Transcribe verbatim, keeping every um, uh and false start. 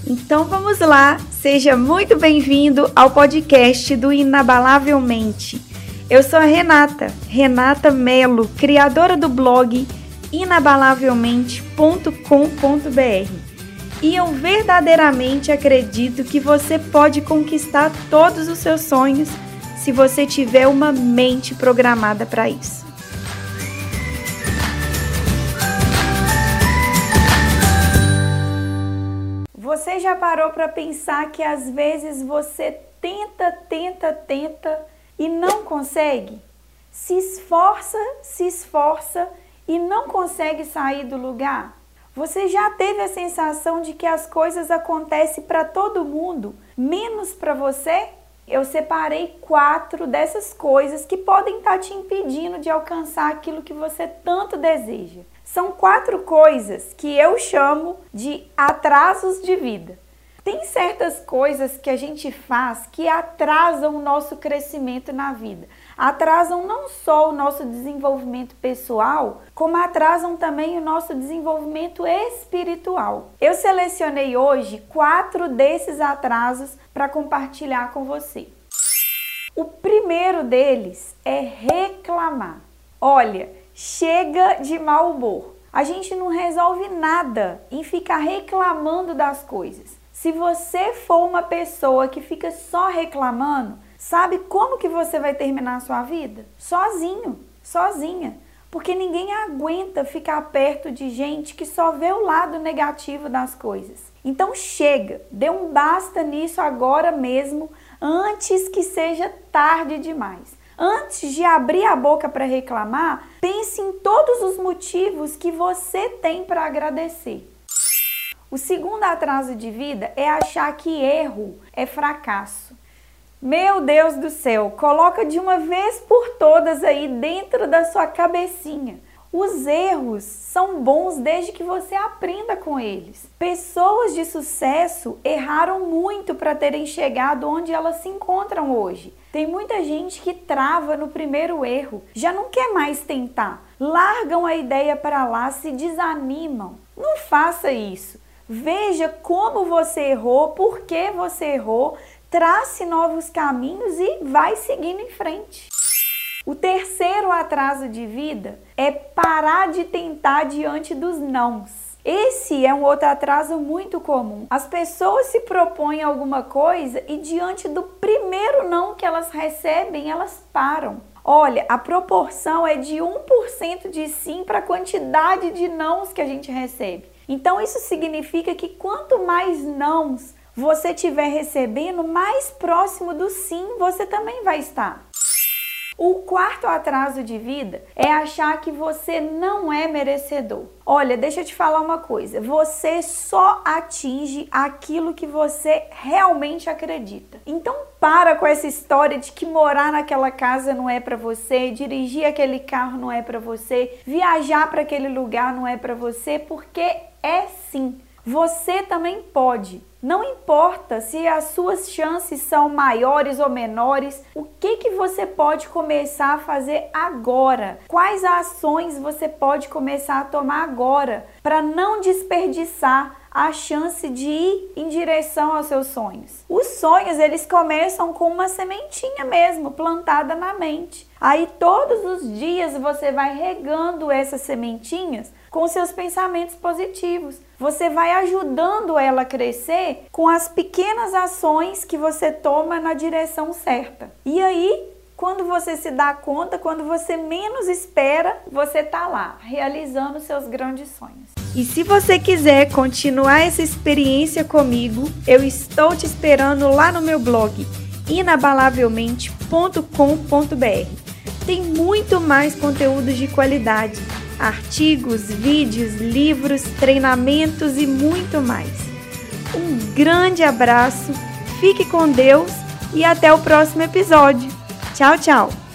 Então vamos lá, seja muito bem-vindo ao podcast do Inabalavelmente. Eu sou a Renata, Renata Melo, criadora do blog inabalavelmente ponto com ponto br. E eu verdadeiramente acredito que você pode conquistar todos os seus sonhos se você tiver uma mente programada para isso. Você já parou para pensar que às vezes você tenta, tenta, tenta e não consegue? Se esforça, se esforça e não consegue sair do lugar? Você já teve a sensação de que as coisas acontecem para todo mundo, menos para você? Eu separei quatro dessas coisas que podem estar te impedindo de alcançar aquilo que você tanto deseja. São quatro coisas que eu chamo de atrasos de vida. Tem certas coisas que a gente faz que atrasam o nosso crescimento na vida. Atrasam não só o nosso desenvolvimento pessoal, como atrasam também o nosso desenvolvimento espiritual. Eu selecionei hoje quatro desses atrasos para compartilhar com você. O primeiro deles é reclamar. Olha, chega de mau humor. A gente não resolve nada em ficar reclamando das coisas. Se você for uma pessoa que fica só reclamando, sabe como que você vai terminar a sua vida? Sozinho, sozinha. Porque ninguém aguenta ficar perto de gente que só vê o lado negativo das coisas. Então chega, dê um basta nisso agora mesmo, antes que seja tarde demais. Antes de abrir a boca para reclamar, pense em todos os motivos que você tem para agradecer. O segundo atraso de vida é achar que erro é fracasso. Meu Deus do céu, coloca de uma vez por todas aí dentro da sua cabecinha. Os erros são bons desde que você aprenda com eles. Pessoas de sucesso erraram muito para terem chegado onde elas se encontram hoje. Tem muita gente que trava no primeiro erro, já não quer mais tentar. Largam a ideia para lá, se desanimam. Não faça isso. Veja como você errou, por que você errou, trace novos caminhos e vai seguindo em frente. O terceiro atraso de vida é parar de tentar diante dos nãos. Esse é um outro atraso muito comum. As pessoas se propõem alguma coisa e diante do primeiro não que elas recebem, elas param. Olha, a proporção é de um por cento de sim para a quantidade de nãos que a gente recebe. Então isso significa que quanto mais nãos você estiver recebendo, mais próximo do sim você também vai estar. O quarto atraso de vida é achar que você não é merecedor. Olha, deixa eu te falar uma coisa. Você só atinge aquilo que você realmente acredita. Então para com essa história de que morar naquela casa não é para você, dirigir aquele carro não é para você, viajar para aquele lugar não é para você, porque é sim. Você também pode. Não importa se as suas chances são maiores ou menores, o que que você pode começar a fazer agora? Quais ações você pode começar a tomar agora para não desperdiçar a chance de ir em direção aos seus sonhos? Os sonhos, eles começam com uma sementinha mesmo, plantada na mente. Aí todos os dias você vai regando essas sementinhas com seus pensamentos positivos. Você vai ajudando ela a crescer com as pequenas ações que você toma na direção certa. E aí, quando você se dá conta, quando você menos espera, você tá lá, realizando seus grandes sonhos. E se você quiser continuar essa experiência comigo, eu estou te esperando lá no meu blog inabalavelmente ponto com ponto br. Tem muito mais conteúdos de qualidade, artigos, vídeos, livros, treinamentos e muito mais. Um grande abraço, fique com Deus e até o próximo episódio. Tchau, tchau!